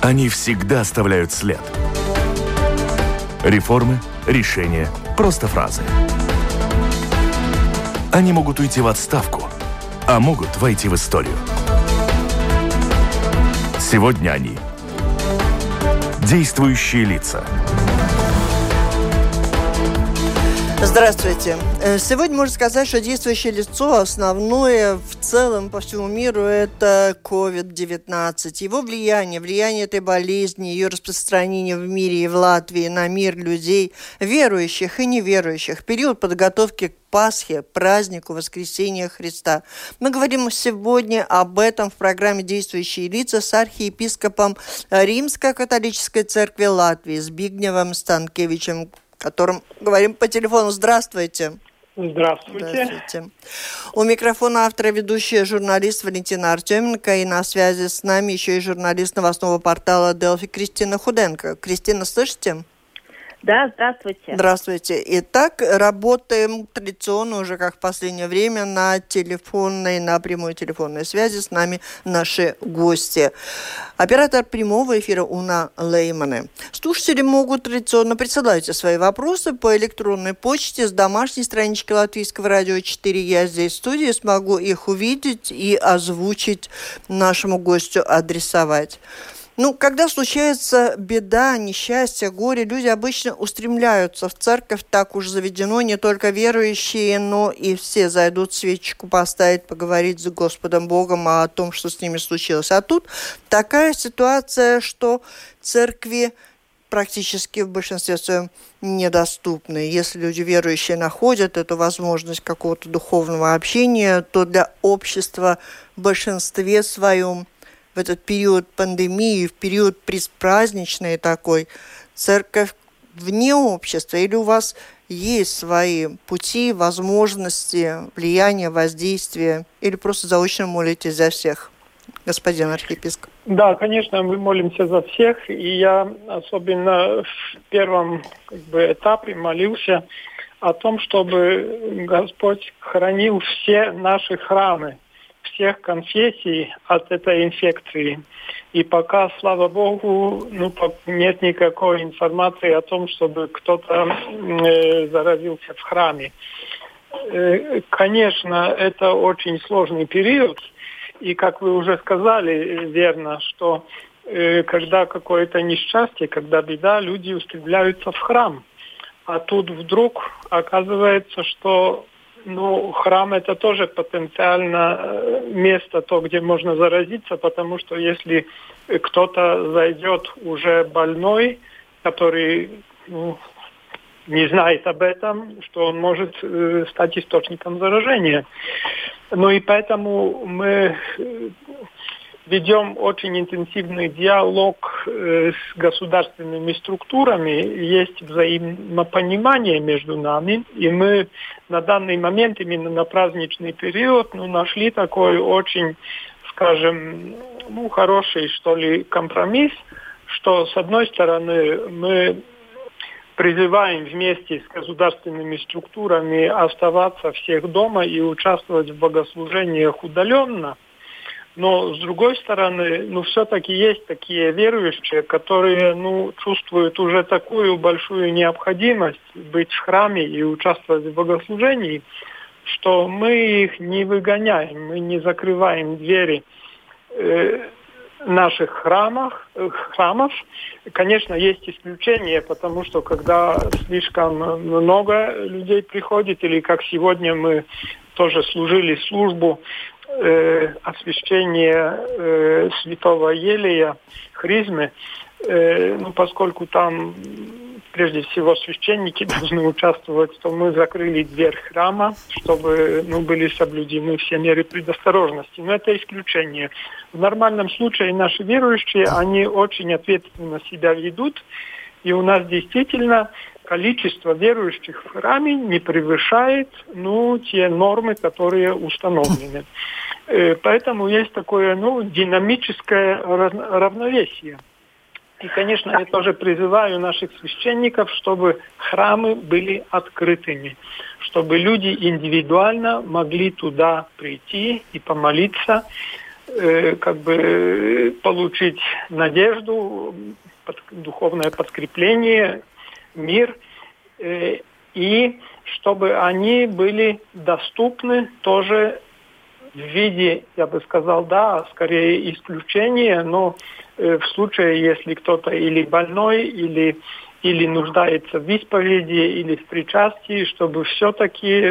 Они всегда оставляют след. Реформы, решения, просто фразы. Они могут уйти в отставку, а могут войти в историю. Сегодня они – действующие лица. Здравствуйте. Сегодня можно сказать, что действующее лицо основное в целом по всему миру – это COVID-19. Его влияние этой болезни, ее распространение в мире и в Латвии на мир людей, верующих и неверующих, период подготовки к Пасхе, празднику Воскресения Христа. Мы говорим сегодня об этом в программе «Действующие лица» с архиепископом Римско-католической церкви Латвии Збигневом Станкевичем, о котором говорим по телефону. Здравствуйте. Здравствуйте. У микрофона автора ведущая журналист Валентина Артеменко, и на связи с нами еще и журналист новостного портала Делфи Кристина Худенко. Кристина, слышите? Да, здравствуйте. Здравствуйте. Итак, работаем традиционно уже, как в последнее время, на прямой телефонной связи с нами наши гости. Оператор прямого эфира Уна Леймане. Слушатели могут традиционно присылать свои вопросы по электронной почте с домашней странички Латвийского радио 4. Я здесь в студии смогу их увидеть и озвучить нашему гостю, адресовать. Когда случается беда, несчастье, горе, люди обычно устремляются в церковь, так уж заведено, не только верующие, но и все зайдут свечку поставить, поговорить с Господом Богом о том, что с ними случилось. А тут такая ситуация, что церкви практически в большинстве своем недоступны. Если люди верующие находят эту возможность какого-то духовного общения, то для общества в большинстве своем в этот период пандемии, в период предпраздничный такой, церковь вне общества? Или у вас есть свои пути, возможности, влияния, воздействия? Или просто заочно молитесь за всех, господин архиепископ? Да, конечно, мы молимся за всех. И я особенно в первом этапе молился о том, чтобы Господь хранил все наши храмы, всех конфессий от этой инфекции. И пока, слава Богу, нет никакой информации о том, чтобы кто-то заразился в храме. Конечно, это очень сложный период. И, как вы уже сказали, верно, что когда какое-то несчастье, когда беда, люди устремляются в храм. А тут вдруг оказывается, что храм – это тоже потенциально место, где можно заразиться, потому что если кто-то зайдет уже больной, который не знает об этом, что он может стать источником заражения. И поэтому мы ведем очень интенсивный диалог с государственными структурами, есть взаимопонимание между нами, и мы на данный момент, именно на праздничный период, нашли такой очень, скажем, хороший, компромисс, что, с одной стороны, мы призываем вместе с государственными структурами оставаться всех дома и участвовать в богослужениях удаленно. Но, с другой стороны, все-таки есть такие верующие, которые, чувствуют уже такую большую необходимость быть в храме и участвовать в богослужении, что мы их не выгоняем, мы не закрываем двери наших храмов. Конечно, есть исключения, потому что когда слишком много людей приходит, или как сегодня мы тоже служили службу освящения святого Елея, Хризмы, поскольку там прежде всего священники должны участвовать, то мы закрыли дверь храма, чтобы были соблюдены все меры предосторожности. Но это исключение. В нормальном случае наши верующие, они очень ответственно себя ведут, и у нас действительно количество верующих в храме не превышает те нормы, которые установлены. Поэтому есть такое динамическое равновесие. И, конечно, я тоже призываю наших священников, чтобы храмы были открытыми, чтобы люди индивидуально могли туда прийти и помолиться. как бы получить надежду, духовное подкрепление, мир, и чтобы они были доступны тоже в виде, я бы сказал, да, скорее исключения, но в случае, если кто-то или больной, или нуждается в исповеди, или в причастии, чтобы все-таки,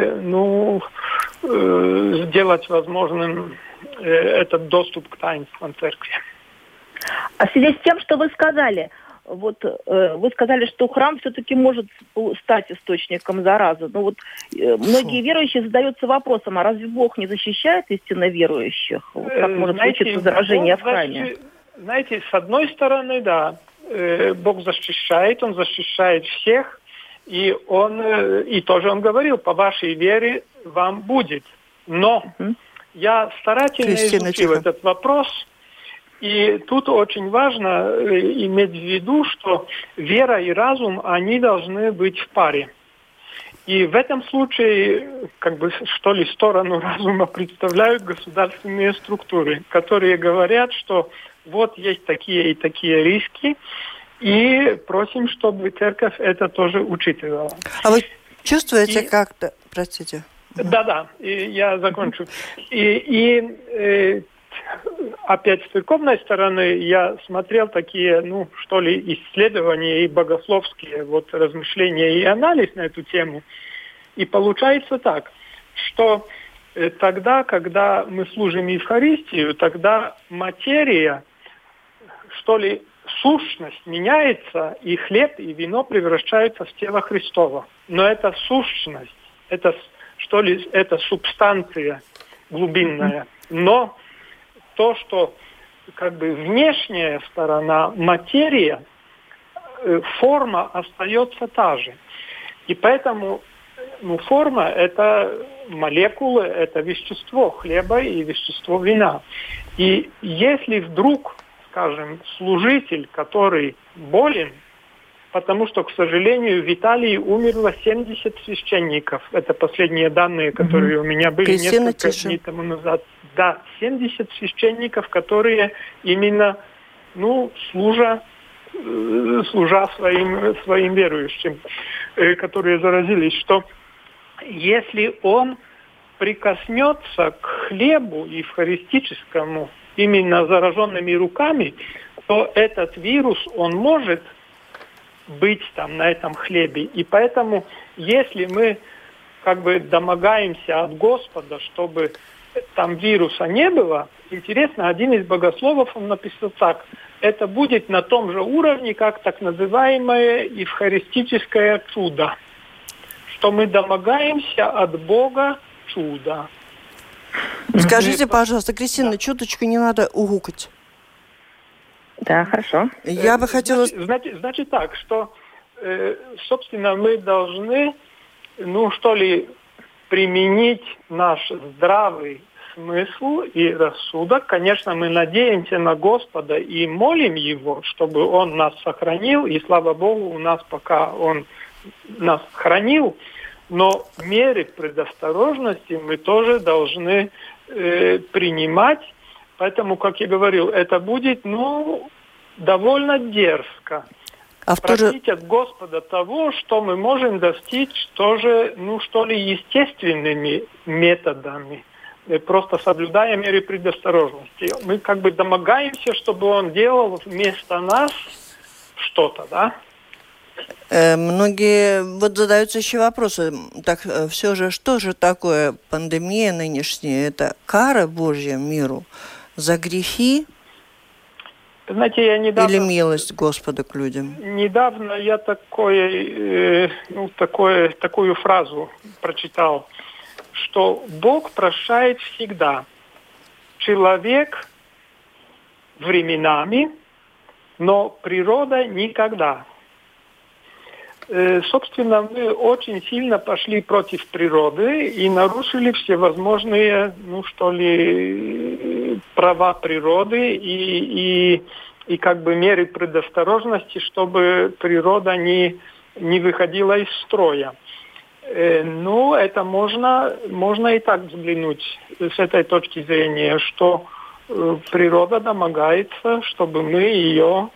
сделать возможным этот доступ к таинствам церкви. А в связи с тем, что вы сказали, вы сказали, что храм все-таки может стать источником заразы. Но многие верующие задаются вопросом, а разве Бог не защищает истинно верующих? Как может случиться заражение в храме? Знаете, с одной стороны, да, Бог защищает, Он защищает всех, и тоже Он говорил, по вашей вере вам будет. Но я старательно изучил этот вопрос, и тут очень важно иметь в виду, что вера и разум, они должны быть в паре. И в этом случае, сторону разума представляют государственные структуры, которые говорят, что вот есть такие и такие риски, и просим, чтобы церковь это тоже учитывала. А вы чувствуете как-то, простите? Да, я закончу. Опять с церковной стороны я смотрел такие, исследования и богословские размышления и анализ на эту тему. И получается так, что тогда, когда мы служим Евхаристию, тогда материя, сущность меняется, и хлеб, и вино превращаются в тело Христово. Но это сущность, это субстанция глубинная. Но то, что внешняя сторона, материя, форма остается та же. И поэтому форма – это молекулы, это вещество хлеба и вещество вина. И если вдруг, скажем, служитель, который болен, потому что, к сожалению, в Италии умерло 70 священников. Это последние данные, которые у меня были несколько дней тому назад. Да, 70 священников, которые именно, служа своим верующим, которые заразились, что если он прикоснется к хлебу евхаристическому именно зараженными руками, то этот вирус, он может быть там на этом хлебе. И поэтому, если мы домогаемся от Господа, чтобы там вируса не было, интересно, один из богословов, он написал так: это будет на том же уровне, как так называемое евхаристическое чудо, что мы домогаемся от Бога чуда. Скажите, пожалуйста, Кристина, чуточку не надо угукать. Да, хорошо. Я бы хотела... Значит так, что, собственно, мы должны, применить наш здравый смысл и рассудок. Конечно, мы надеемся на Господа и молим Его, чтобы Он нас сохранил, и, слава Богу, у нас пока Он нас хранил, но меры предосторожности мы тоже должны принимать. Поэтому, как я говорил, это будет, довольно дерзко. Просить от Господа того, что мы можем достичь тоже, естественными методами, просто соблюдая меры предосторожности. Мы домогаемся, чтобы Он делал вместо нас что-то, да? Многие задаются еще вопросы. Так все же, что же такое пандемия нынешняя? Это кара Божья миру за грехи? Знаете, я недавно... Или милость Господа к людям? Недавно я такую фразу прочитал, что Бог прощает всегда. Человек временами, но природа никогда. Собственно, мы очень сильно пошли против природы и нарушили всевозможные, права природы и меры предосторожности, чтобы природа не выходила из строя. Это можно и так взглянуть с этой точки зрения, что природа домогается, чтобы мы ее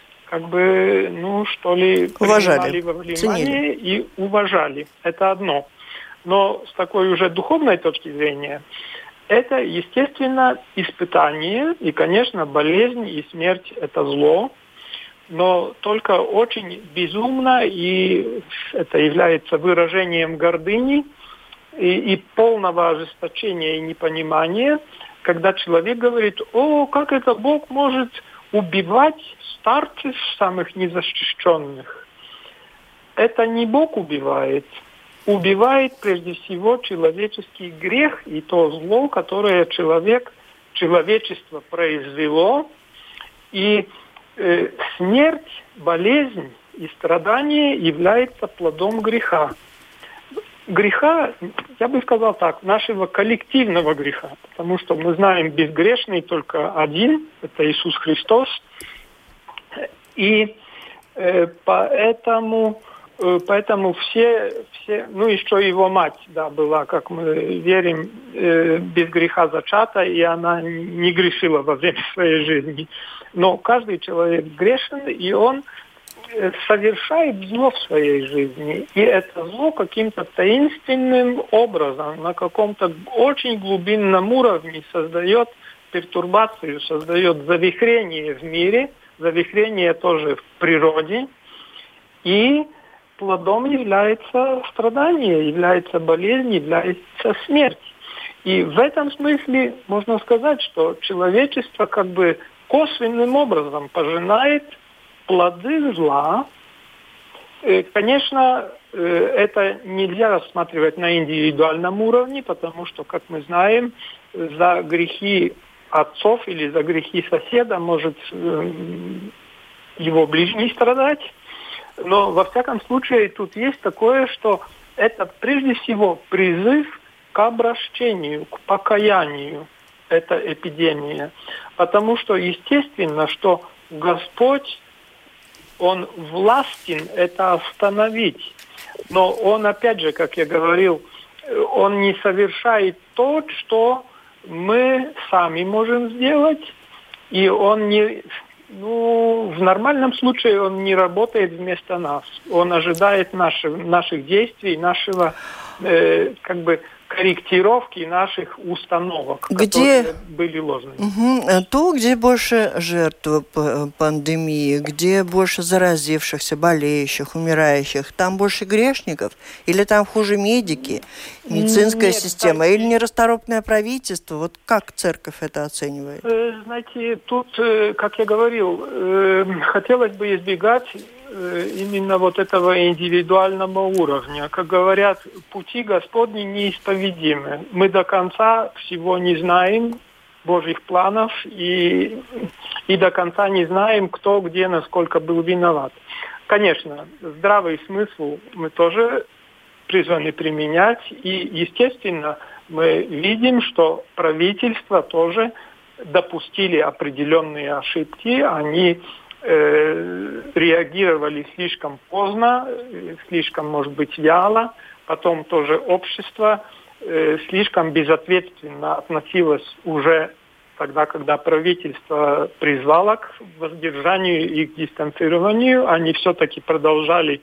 принимали во внимание, ценили и уважали. Это одно. Но с такой уже духовной точки зрения, это, естественно, испытание, и, конечно, болезнь и смерть – это зло, но только очень безумно, и это является выражением гордыни и полного ожесточения и непонимания, когда человек говорит: «О, как это Бог может убивать старцев самых незащищенных?» Это не Бог убивает. Убивает прежде всего человеческий грех и то зло, которое человечество произвело. И смерть, болезнь и страдание являются плодом греха. Греха, я бы сказал так, нашего коллективного греха, потому что мы знаем, безгрешный только один, это Иисус Христос. И поэтому все, ну еще его мать, да, была, как мы верим, без греха зачата, и она не грешила во время своей жизни. Но каждый человек грешен, и он совершает зло в своей жизни. И это зло каким-то таинственным образом, на каком-то очень глубинном уровне создает пертурбацию, создает завихрение в мире, завихрение тоже в природе. И плодом является страдание, является болезнь, является смерть. И в этом смысле можно сказать, что человечество как бы косвенным образом пожинает плоды зла. Конечно, это нельзя рассматривать на индивидуальном уровне, потому что, как мы знаем, за грехи отцов или за грехи соседа может его ближний страдать. Но, во всяком случае, тут есть такое, что это прежде всего призыв к обращению, к покаянию, эта эпидемия. Потому что, естественно, что Господь, Он властен это остановить. Но Он, опять же, как я говорил, Он не совершает то, что мы сами можем сделать, и Он не... в нормальном случае Он не работает вместо нас. Он ожидает наших действий, нашего корректировки наших установок, которые были ложными. Где больше жертв пандемии, где больше заразившихся, болеющих, умирающих, там больше грешников? Или там хуже медики, медицинская система, или нерасторопное правительство? Вот как церковь это оценивает? Знаете, тут, как я говорил, хотелось бы избегать именно вот этого индивидуального уровня. Как говорят, пути Господни неисповедимы. Мы до конца всего не знаем, Божьих планов, и до конца не знаем, кто где, насколько был виноват. Конечно, здравый смысл мы тоже призваны применять, и, естественно, мы видим, что правительства тоже допустили определенные ошибки, они реагировали слишком поздно, слишком, может быть, вяло. Потом тоже общество слишком безответственно относилось уже тогда, когда правительство призвало к воздержанию и к дистанцированию. Они все-таки продолжали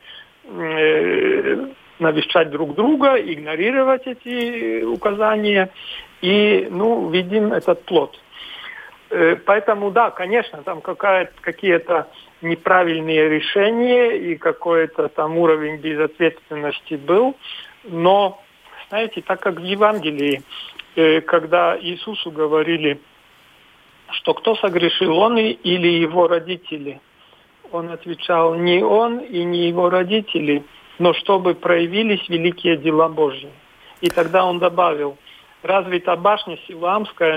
навещать друг друга, игнорировать эти указания. И, видим этот плод. Поэтому, да, конечно, там какие-то неправильные решения и какой-то там уровень безответственности был. Но, знаете, так как в Евангелии, когда Иисусу говорили, что кто согрешил, он или его родители, он отвечал: не он и не его родители, но чтобы проявились великие дела Божьи. И тогда он добавил: разве та башня Силаамская,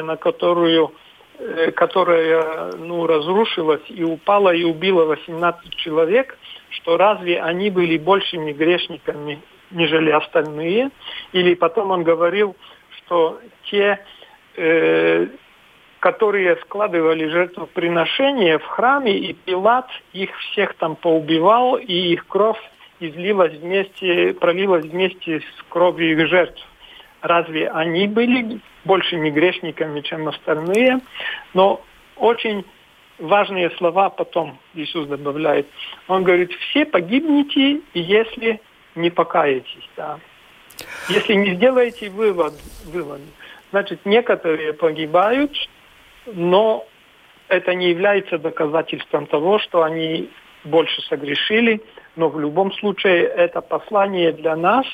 которая разрушилась и упала и убила 18 человек, что разве они были большими грешниками, нежели остальные? Или потом он говорил, что те, которые складывали жертвоприношения в храме, и Пилат их всех там поубивал, и их кровь пролилась вместе с кровью их жертв. Разве они были большими грешниками, чем остальные. Но очень важные слова потом Иисус добавляет. Он говорит, все погибнете, если не покаетесь. Да. Если не сделаете вывод, значит, некоторые погибают, но это не является доказательством того, что они больше согрешили. Но в любом случае это послание для нас,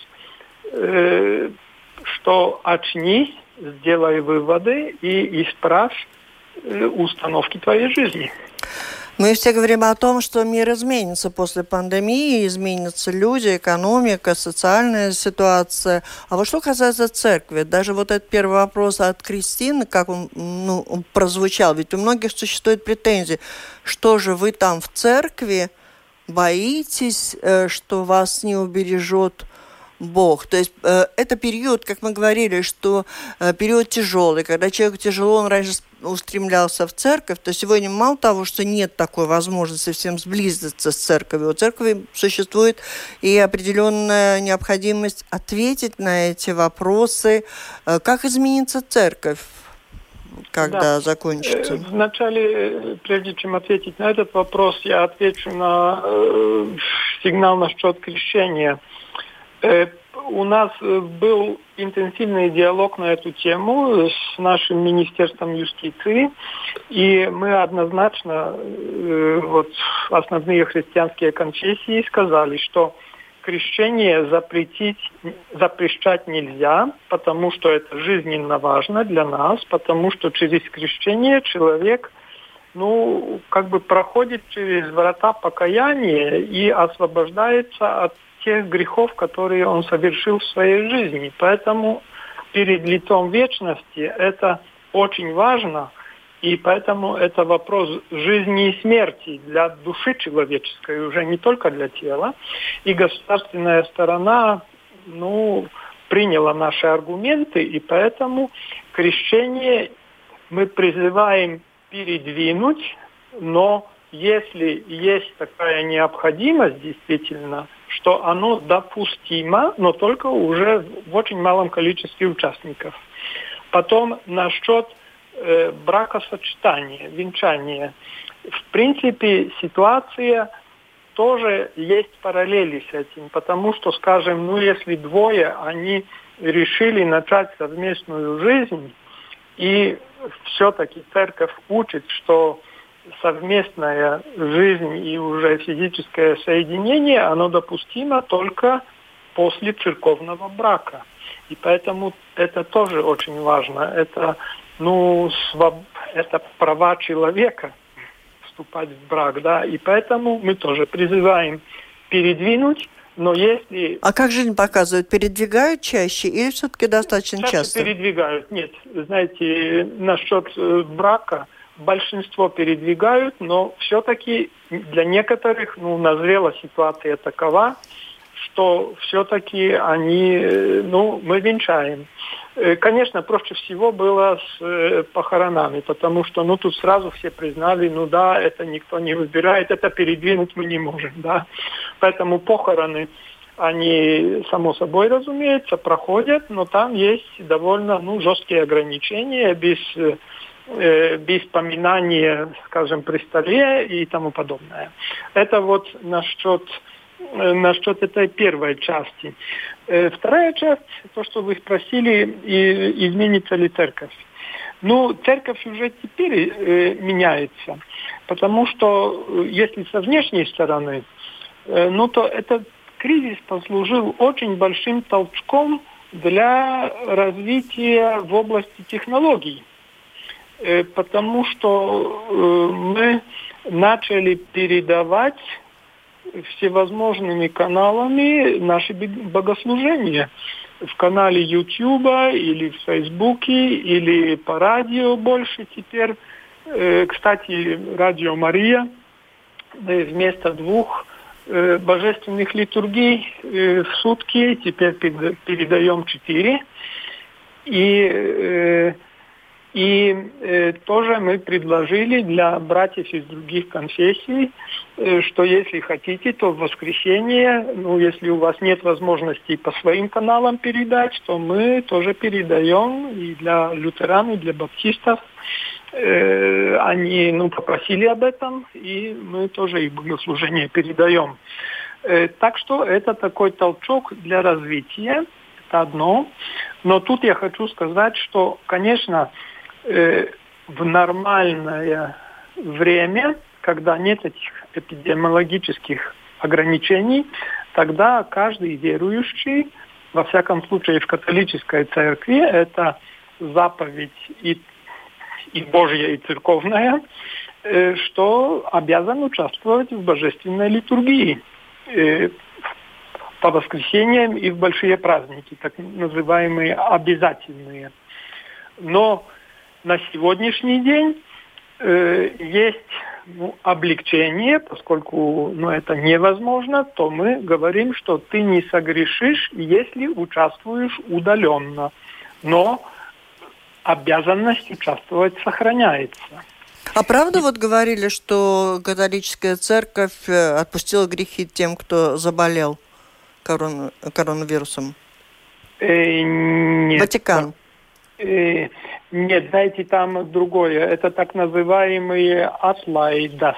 что очнись, сделай выводы и исправь установки твоей жизни. Мы все говорим о том, что мир изменится после пандемии, изменятся люди, экономика, социальная ситуация. А вот что касается церкви, даже вот этот первый вопрос от Кристины, как он прозвучал, ведь у многих существует претензии, что же вы там в церкви боитесь, что вас не убережет Бог. То есть это период, как мы говорили, что период тяжелый. Когда человеку тяжело, он раньше устремлялся в церковь, то сегодня мало того, что нет такой возможности всем сблизиться с церковью. У церкви существует и определенная необходимость ответить на эти вопросы. Как изменится церковь, когда закончится? Вначале, прежде чем ответить на этот вопрос, я отвечу на сигнал насчет крещения. У нас был интенсивный диалог на эту тему с нашим Министерством юстиции, и мы однозначно, основные христианские конфессии сказали, что крещение запрещать нельзя, потому что это жизненно важно для нас, потому что через крещение человек проходит через врата покаяния и освобождается от тех грехов, которые он совершил в своей жизни. Поэтому перед лицом вечности это очень важно, и поэтому это вопрос жизни и смерти для души человеческой, уже не только для тела. И государственная сторона, приняла наши аргументы, и поэтому крещение мы призываем передвинуть, но если есть такая необходимость действительно, что оно допустимо, но только уже в очень малом количестве участников. Потом насчет бракосочетания, венчания. В принципе, ситуация тоже есть параллели с этим, потому что, скажем, если двое, они решили начать совместную жизнь, и все-таки церковь учит, что совместная жизнь и уже физическое соединение, оно допустимо только после церковного брака. И поэтому это тоже очень важно. Это, это права человека вступать в брак, да. И поэтому мы тоже призываем передвинуть, но если... А как жизнь показывает? Передвигают чаще или все-таки достаточно часто? Передвигают. Нет, знаете, насчет брака большинство передвигают, но все-таки для некоторых назрела ситуация такова, что все-таки мы венчаем. Конечно, проще всего было с похоронами, потому что тут сразу все признали, это никто не выбирает, это передвинуть мы не можем, да. Поэтому похороны, они, само собой, разумеется, проходят, но там есть довольно жесткие ограничения, без поминания, скажем, при столе и тому подобное. Это насчет этой первой части. Вторая часть, то, что вы спросили, изменится ли церковь. Церковь уже теперь меняется, потому что если со внешней стороны, то этот кризис послужил очень большим толчком для развития в области технологий. Потому что мы начали передавать всевозможными каналами наши богослужения. В канале YouTube или в Фейсбуке, или по радио больше теперь. Кстати, Радио Мария вместо 2 божественных литургий в сутки теперь передаем 4. И И тоже мы предложили для братьев из других конфессий, что если хотите, то в воскресенье, если у вас нет возможности по своим каналам передать, то мы тоже передаем и для лютеран, и для баптистов. Они попросили об этом, и мы тоже их богослужение передаем. Так что это такой толчок для развития, это одно. Но тут я хочу сказать, что, конечно, в нормальное время, когда нет этих эпидемиологических ограничений, тогда каждый верующий, во всяком случае в католической церкви, это заповедь и Божья, и церковная, что обязан участвовать в божественной литургии по воскресеньям и в большие праздники, так называемые обязательные. Но на сегодняшний день есть облегчение, поскольку это невозможно, то мы говорим, что ты не согрешишь, если участвуешь удаленно. Но обязанность участвовать сохраняется. А правда говорили, что католическая церковь отпустила грехи тем, кто заболел коронавирусом? Нет. Ватикан? Нет, знаете, там другое. Это так называемые атлайдас.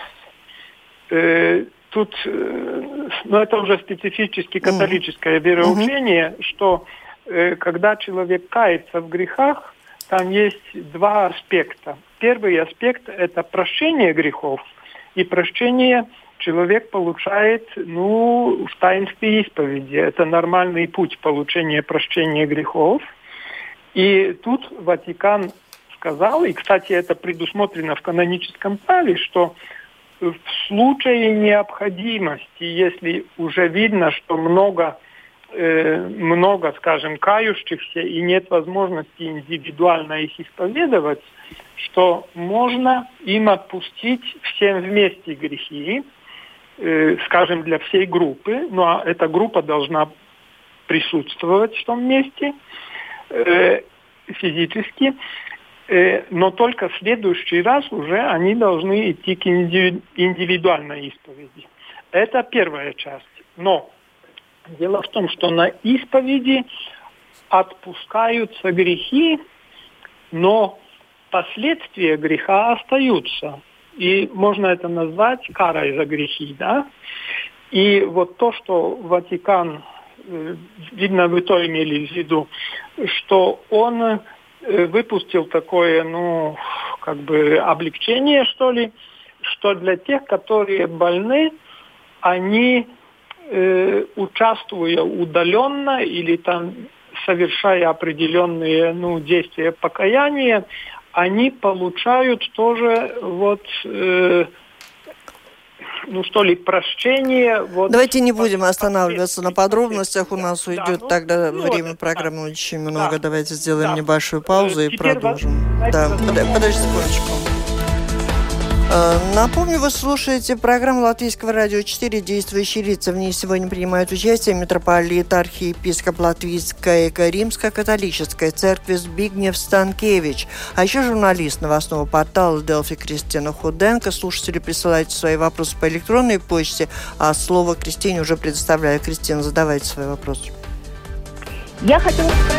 Тут, это уже специфически католическое вероучение, что когда человек кается в грехах, там есть два аспекта. Первый аспект – это прощение грехов. И прощение человек получает, в таинстве исповеди. Это нормальный путь получения прощения грехов. И тут Ватикан сказал, и, кстати, это предусмотрено в каноническом праве, что в случае необходимости, если уже видно, что много, скажем, кающихся и нет возможности индивидуально их исповедовать, что можно им отпустить всем вместе грехи, скажем, для всей группы, а эта группа должна присутствовать в том месте физически, но только в следующий раз уже они должны идти к индивидуальной исповеди. Это первая часть. Но дело в том, что на исповеди отпускаются грехи, но последствия греха остаются. И можно это назвать карой за грехи, да? И то, что Ватикан, видно, вы то имели в виду, что он выпустил такое, облегчение, что ли, что для тех, которые больны, они, участвуя удаленно или совершая определенные, действия покаяния, они получают тоже прощение. Давайте не будем останавливаться на подробностях, у нас уйдет тогда время программы очень много. Да. Давайте сделаем небольшую паузу и продолжим. Подожди секундочку. Напомню, вы слушаете программу Латвийского радио 4 «Действующие лица». В ней сегодня принимают участие митрополит, архиепископ Латвийской римско-католической церкви Збигнев Станкевич, а еще журналист новостного портала Делфи Кристина Худенко. Слушатели, присылайте свои вопросы по электронной почте, а слово Кристине уже предоставляю. Кристина, задавайте свои вопросы. Я хотела спросить.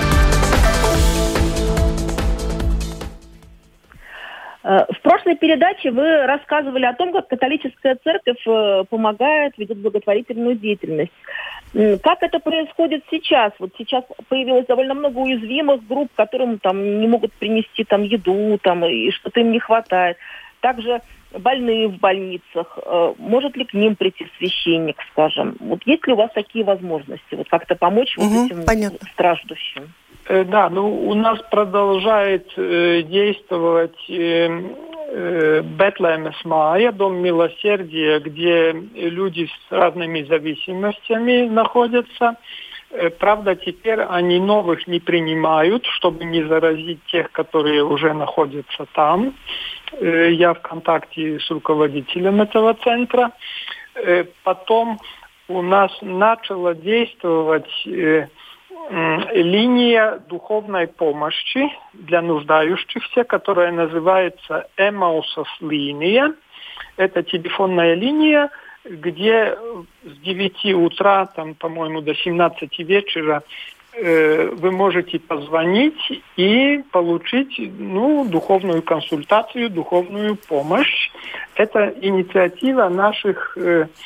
В прошлой передаче вы рассказывали о том, как католическая церковь помогает, ведет благотворительную деятельность. Как это происходит сейчас? Сейчас появилось довольно много уязвимых групп, которым не могут принести еду, и что-то им не хватает. Также больные в больницах. Может ли к ним прийти священник, скажем? Есть ли у вас такие возможности? как-то помочь этим страждущим? Да, у нас продолжает действовать Бетлемес Майя, Дом милосердия, где люди с разными зависимостями находятся. Правда, теперь они новых не принимают, чтобы не заразить тех, которые уже находятся там. Я в контакте с руководителем этого центра. Потом у нас начало действовать линия духовной помощи для нуждающихся, которая называется Эмаусов линия. Это телефонная линия, где с 9 утра, там, по-моему, до 17 вечера вы можете позвонить и получить духовную консультацию, духовную помощь. Это инициатива наших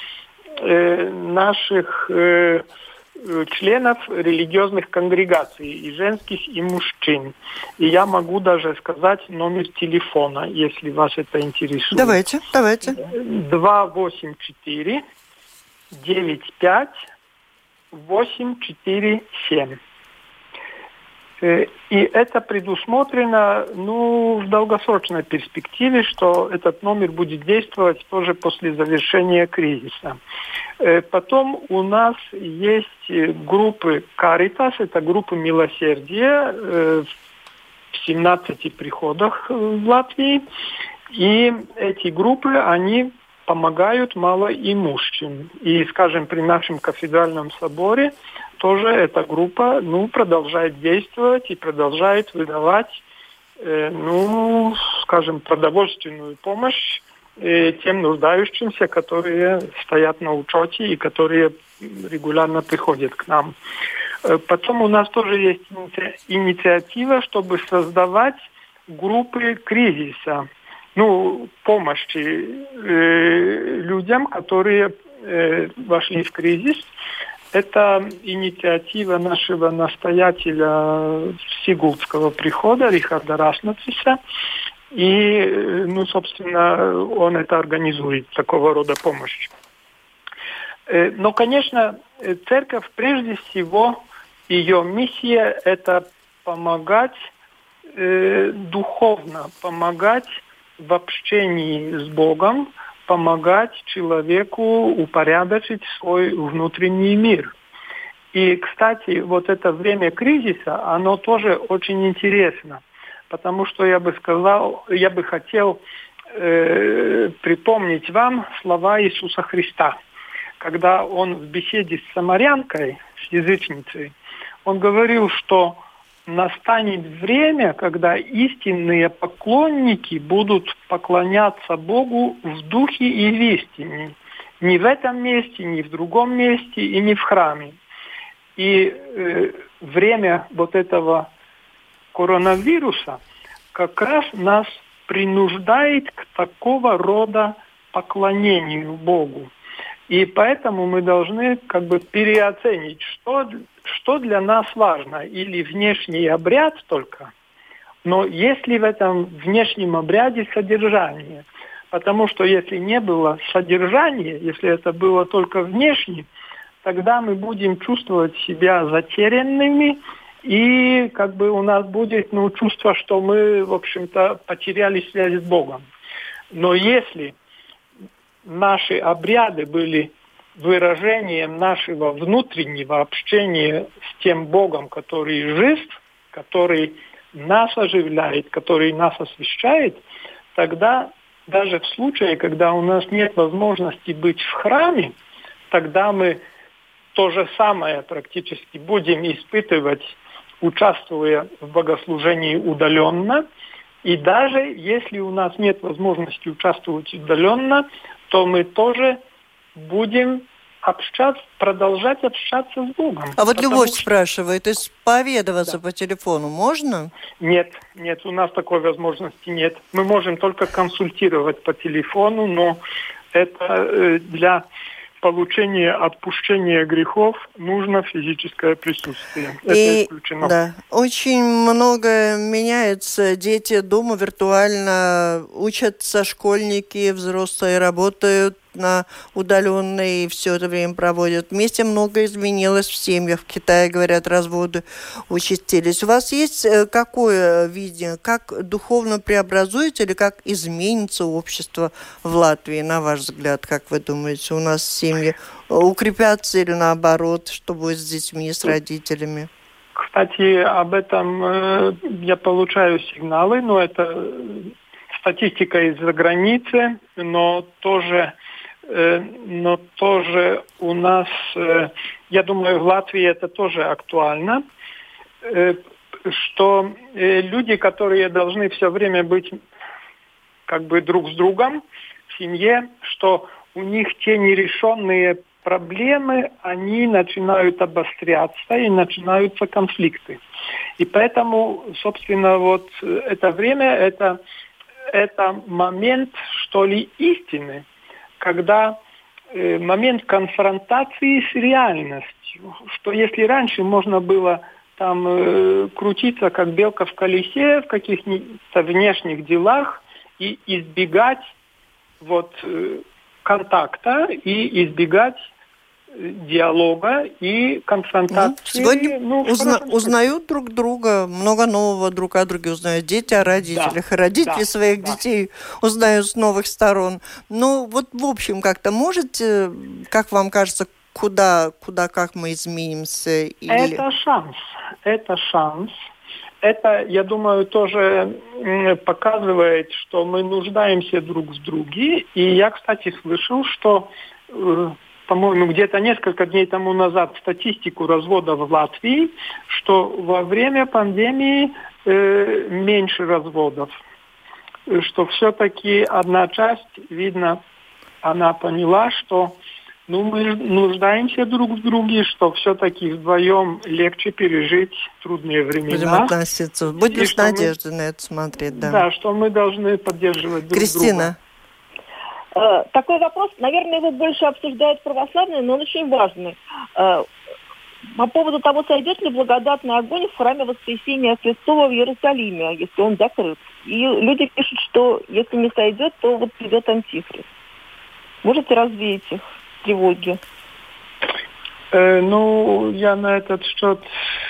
членов религиозных конгрегаций, и женских, и мужчин. И я могу даже сказать номер телефона, если вас это интересует. Давайте. 284 95 847. И это предусмотрено в долгосрочной перспективе, что этот номер будет действовать тоже после завершения кризиса. Потом у нас есть группы Caritas, это группы милосердия в 17 приходах в Латвии. И эти группы, они помогают малоимущим. И, скажем, при нашем кафедральном соборе тоже эта группа продолжает действовать и продолжает выдавать продовольственную помощь тем нуждающимся, которые стоят на учете и которые регулярно приходят к нам. Потом у нас тоже есть инициатива, чтобы создавать группы кризиса, помощи людям, которые вошли в кризис. Это инициатива нашего настоятеля Сигулдского прихода Рихарда Раснациса. И, собственно, он это организует, такого рода помощь. Но, конечно, церковь, прежде всего, ее миссия – это помогать духовно, помогать в общении с Богом, помогать человеку упорядочить свой внутренний мир. И, кстати, вот это время кризиса, оно тоже очень интересно, потому что я бы хотел припомнить вам слова Иисуса Христа. Когда он в беседе с самарянкой, с язычницей, он говорил, что настанет время, когда истинные поклонники будут поклоняться Богу в духе и в истине. Не в этом месте, не в другом месте и не в храме. И время вот этого коронавируса как раз нас принуждает к такого рода поклонению Богу. И поэтому мы должны переоценить, что для нас важно. Или внешний обряд только, но есть ли в этом внешнем обряде содержание? Потому что если не было содержания, если это было только внешне, тогда мы будем чувствовать себя затерянными, и у нас будет чувство, что мы, в общем-то, потеряли связь с Богом. Но если наши обряды были выражением нашего внутреннего общения с тем Богом, который жив, который нас оживляет, который нас освящает, тогда даже в случае, когда у нас нет возможности быть в храме, тогда мы то же самое практически будем испытывать, участвуя в богослужении удаленно. И даже если у нас нет возможности участвовать удаленно, то мы тоже будем продолжать общаться с Богом. А вот Любовь спрашивает, исповедоваться по телефону можно? Нет, у нас такой возможности нет. Мы можем только консультировать по телефону, но это для получения отпущения грехов нужно физическое присутствие. Это исключено. Да, очень многое меняется. Дети дома виртуально учатся, школьники, взрослые работают на удаленной и все это время проводят. Вместе многое изменилось в семьях. В Китае, говорят, разводы участились. У вас есть какое видение, как духовно преобразуется или как изменится общество в Латвии, на ваш взгляд, как вы думаете? У нас семьи укрепятся или наоборот, что будет с детьми, с родителями? Кстати, об этом я получаю сигналы, но это статистика из-за границы, но тоже у нас я думаю, в Латвии это тоже актуально, что люди, которые должны все время быть как бы друг с другом в семье, что у них те нерешенные проблемы, они начинают обостряться и начинаются конфликты. И поэтому, собственно, вот это время, это момент, что ли, истины, когда момент конфронтации с реальностью, что если раньше можно было там крутиться как белка в колесе в каких-то внешних делах и избегать вот контакта и избегать диалога и конфронтации. Сегодня узнают друг друга, много нового друг о друге узнают. Дети о родителях, родители своих детей узнают с новых сторон. Ну, вот в общем как-то можете, как вам кажется, куда как мы изменимся? Или... Это шанс. Это, я думаю, тоже показывает, что мы нуждаемся друг в друге. И я, кстати, слышал, что, по-моему, где-то несколько дней тому назад статистику разводов в Латвии, что во время пандемии меньше разводов. Что все-таки одна часть, видно, она поняла, что мы нуждаемся друг в друге, что все-таки вдвоем легче пережить трудные времена. Будем относиться. Будем с надеждой на это смотреть, да. Да, что мы должны поддерживать друг друга. Кристина. Такой вопрос, наверное, его больше обсуждают православные, но он очень важный. По поводу того, сойдет ли благодатный огонь в храме Воскресения Христова в Иерусалиме, если он закрыт. И люди пишут, что если не сойдет, то вот придет Антихрист. Можете развеять их тревоги? Я на этот счет,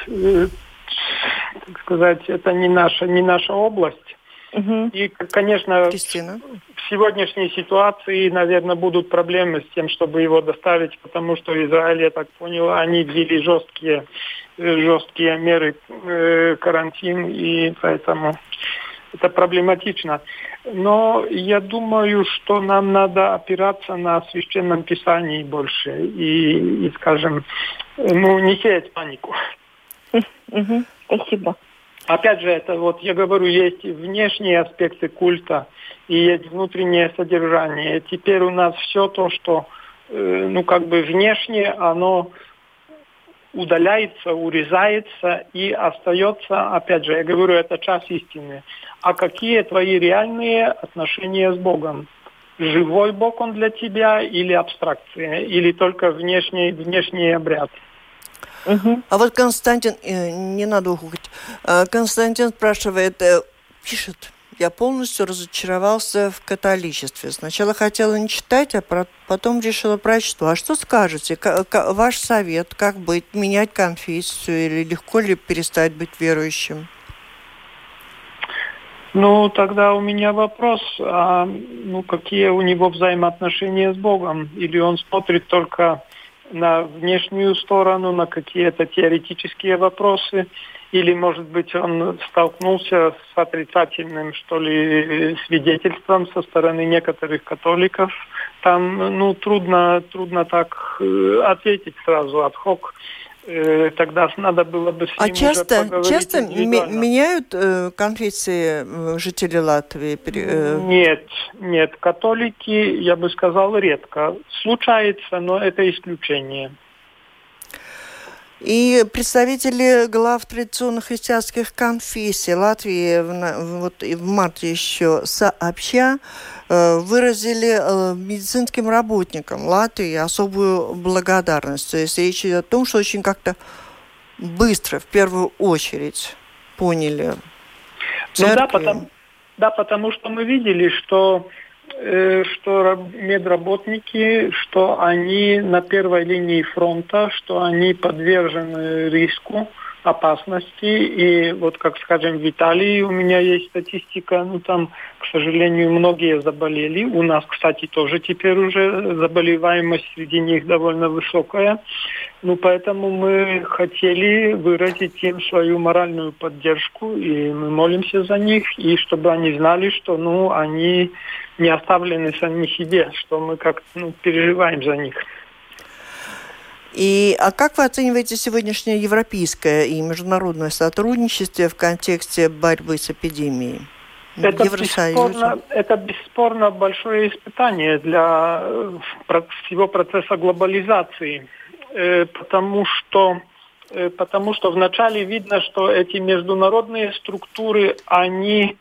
так сказать, это не наша область. Угу. И, конечно, Кристина? в сегодняшней ситуации, наверное, будут проблемы с тем, чтобы его доставить, потому что Израиль, я так понял, они ввели жесткие меры карантин, и поэтому это проблематично. Но я думаю, что нам надо опираться на Священном Писании больше и скажем, не сеять панику. Спасибо. Опять же, это вот, я говорю, есть внешние аспекты культа и есть внутреннее содержание. Теперь у нас все то, что, внешнее, оно удаляется, урезается и остается, опять же, я говорю, это часть истины. А какие твои реальные отношения с Богом? Живой Бог он для тебя или абстракция? Или только внешний обряд? Угу. А вот Константин, не надо уходить, Константин спрашивает, пишет, я полностью разочаровался в католичестве. Сначала хотела не читать, а потом решила прочту. А что скажете? Ваш совет, как быть? Менять конфессию или легко ли перестать быть верующим? Тогда у меня вопрос, какие у него взаимоотношения с Богом? Или он смотрит только на внешнюю сторону, на какие-то теоретические вопросы? Или, может быть, он столкнулся с отрицательным, свидетельством со стороны некоторых католиков? Там, трудно так ответить сразу ad-hoc. Тогда надо было бы с ним уже поговорить. А часто меняют конфессии жители Латвии? Нет. Католики, я бы сказал, редко. Случается, но это исключение. И представители глав традиционных христианских конфессий Латвии в марте еще сообща выразили медицинским работникам Латвии особую благодарность. То есть речь идет о том, что очень как-то быстро, в первую очередь, поняли церкви. Потому что мы видели, что медработники, что они на первой линии фронта, что они подвержены риску, опасности. И вот, как скажем, в Италии у меня есть статистика, там, к сожалению, многие заболели. У нас, кстати, тоже теперь уже заболеваемость среди них довольно высокая. Поэтому мы хотели выразить им свою моральную поддержку, и мы молимся за них, и чтобы они знали, что, они не оставлены сами себе, что мы как-то, переживаем за них. А как вы оцениваете сегодняшнее европейское и международное сотрудничество в контексте борьбы с эпидемией? Это бесспорно большое испытание для всего процесса глобализации, потому что вначале видно, что эти международные структуры, они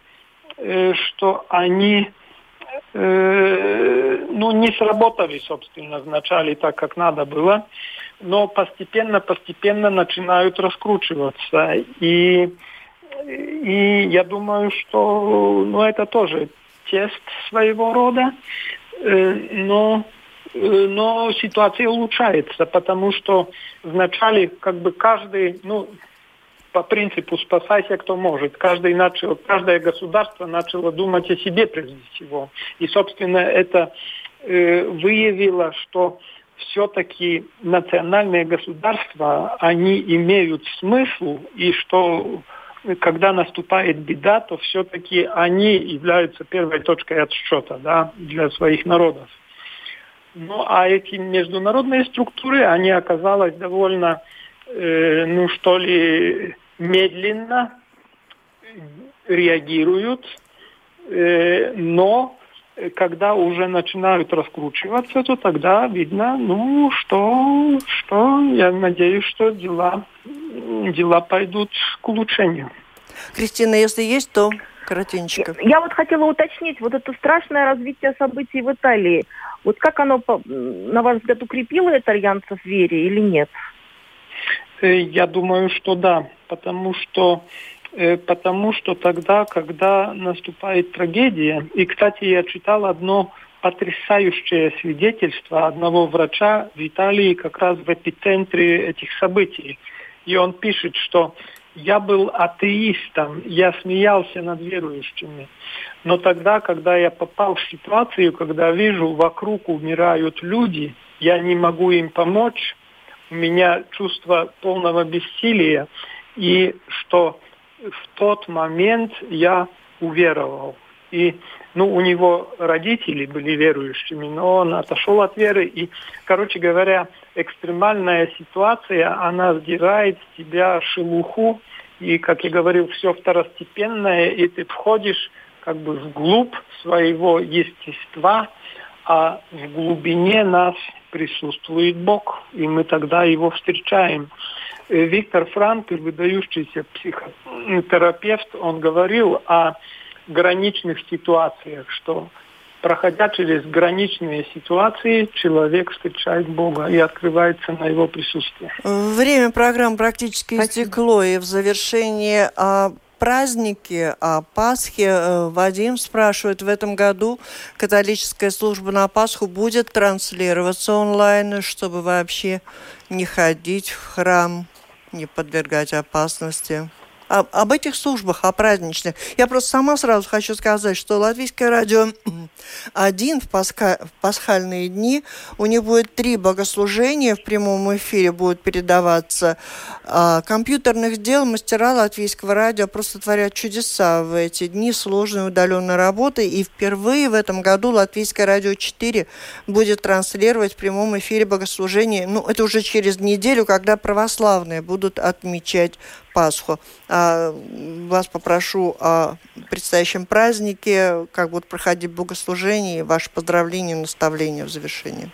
не сработали, собственно, вначале так, как надо было, но постепенно начинают раскручиваться. И я думаю, что это тоже тест своего рода, но ситуация улучшается, потому что вначале каждый, по принципу «спасайся, кто может», каждое государство начало думать о себе прежде всего. И, собственно, это выявило, что все-таки национальные государства, они имеют смысл, и что когда наступает беда, то все-таки они являются первой точкой отсчета, для своих народов. А эти международные структуры, они оказались довольно, медленно реагируют, но когда уже начинают раскручиваться, то тогда видно, что я надеюсь, что дела пойдут к улучшению. Кристина, если есть, то коротенько. Я хотела уточнить, это страшное развитие событий в Италии. Как оно, на ваш взгляд, укрепило итальянцев в вере или нет? Я думаю, что да, потому что тогда, когда наступает трагедия, и, кстати, я читал одно потрясающее свидетельство одного врача в Италии как раз в эпицентре этих событий. И он пишет, что я был атеистом, я смеялся над верующими. Но тогда, когда я попал в ситуацию, когда вижу, вокруг умирают люди, я не могу им помочь, у меня чувство полного бессилия, и что в тот момент я уверовал. И, у него родители были верующими, но он отошел от веры. И, короче говоря, экстремальная ситуация, она сдирает с тебя шелуху, и, как я говорил, все второстепенное, и ты входишь вглубь своего естества, а в глубине нас присутствует Бог, и мы тогда его встречаем. Виктор Франкл, выдающийся психотерапевт, он говорил о граничных ситуациях, что, проходя через граничные ситуации, человек встречает Бога и открывается на его присутствие. Время программы практически истекло, и в завершении праздники, о Пасхе. Вадим спрашивает, в этом году католическая служба на Пасху будет транслироваться онлайн, чтобы вообще не ходить в храм, не подвергать опасности? Об этих службах, о праздничных. Я просто сама сразу хочу сказать, что Латвийское радио 1 в пасхальные дни, у них будет 3 богослужения в прямом эфире будут передаваться. Компьютерных дел мастера Латвийского радио просто творят чудеса в эти дни сложной удаленной работы. И впервые в этом году Латвийское радио 4 будет транслировать в прямом эфире богослужение. Это уже через неделю, когда православные будут отмечать Пасху. Вас попрошу о предстоящем празднике, как будут проходить богослужения, и ваши поздравления и наставления в завершении.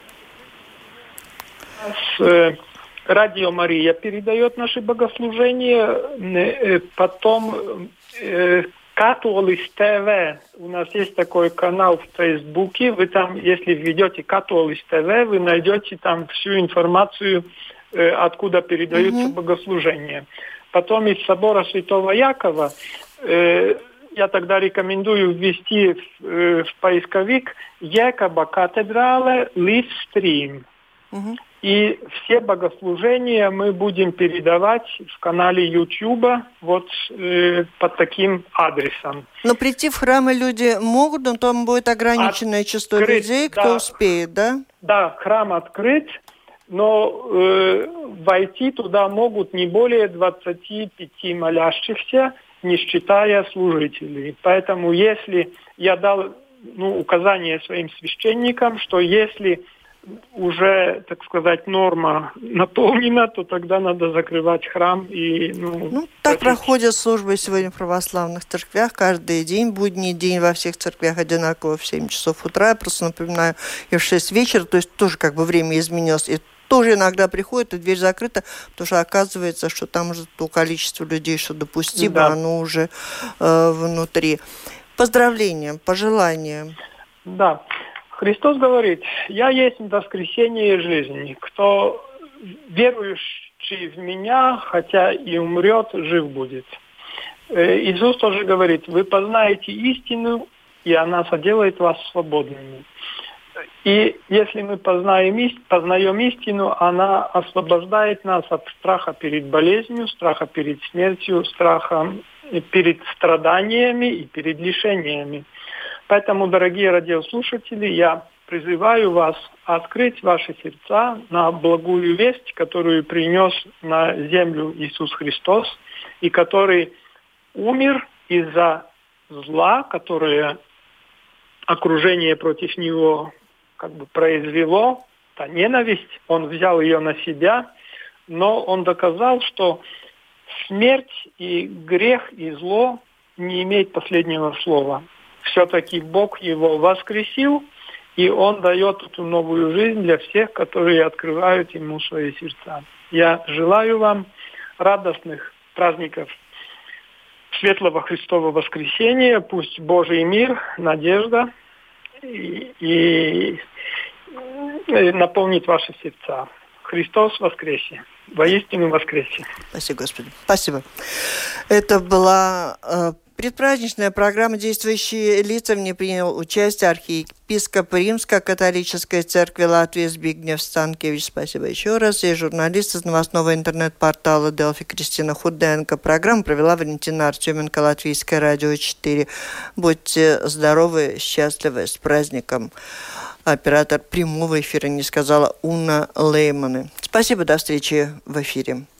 Радио Мария передает наши богослужения, потом Католис ТВ. У нас есть такой канал в Фейсбуке. Вы там, если введете Католис ТВ, вы найдете там всю информацию, откуда передаются богослужения. Потом из собора Святого Якова я тогда рекомендую ввести в поисковик Якоба катедрале Ливстрим. И все богослужения мы будем передавать в канале Ютуба под таким адресом. Но прийти в храмы люди могут, но там будет ограниченное число людей, кто успеет, да? Да, храм открыт. Но войти туда могут не более 25 молящихся, не считая служителей. Поэтому если я дал указание своим священникам, что если уже, так сказать, норма наполнена, то тогда надо закрывать храм. И, так проходят службы сегодня в православных церквях. Каждый день, будний день во всех церквях одинаково в 7 часов утра. Я просто напоминаю, и в 6 вечера, то есть тоже как бы время изменилось. И тоже иногда приходит, и дверь закрыта, потому что оказывается, что там уже то количество людей, что допустимо, да, оно уже внутри. Поздравления, пожелания. Да. Христос говорит: «Я есть воскресение и жизнь. Кто верующий в Меня, хотя и умрет, жив будет». Иисус тоже говорит: «Вы познаете истину, и она соделает вас свободными». И если мы познаем истину, она освобождает нас от страха перед болезнью, страха перед смертью, страха перед страданиями и перед лишениями. Поэтому, дорогие радиослушатели, я призываю вас открыть ваши сердца на благую весть, которую принес на землю Иисус Христос, и который умер из-за зла, которое окружение против Него произвело, та ненависть. Он взял ее на себя, но Он доказал, что смерть и грех и зло не имеют последнего слова. Все-таки Бог его воскресил, и Он дает эту новую жизнь для всех, которые открывают Ему свои сердца. Я желаю вам радостных праздников Светлого Христового воскресения. Пусть Божий мир, надежда и наполнит ваши сердца. Христос воскресе! Воистину воскресе! Спасибо, Господи. Спасибо. Это была предпраздничная программа «Действующие лица». В ней принял участие архиепископ Римско-католической церкви Латвии Збигнев Станкевич. Спасибо еще раз. И журналист из новостного интернет-портала Делфи Кристина Худенко. Программу провела Валентина Артеменко, Латвийское радио 4. Будьте здоровы, счастливы, с праздником. Оператор прямого эфира не сказала Уна Лейманы. Спасибо, до встречи в эфире.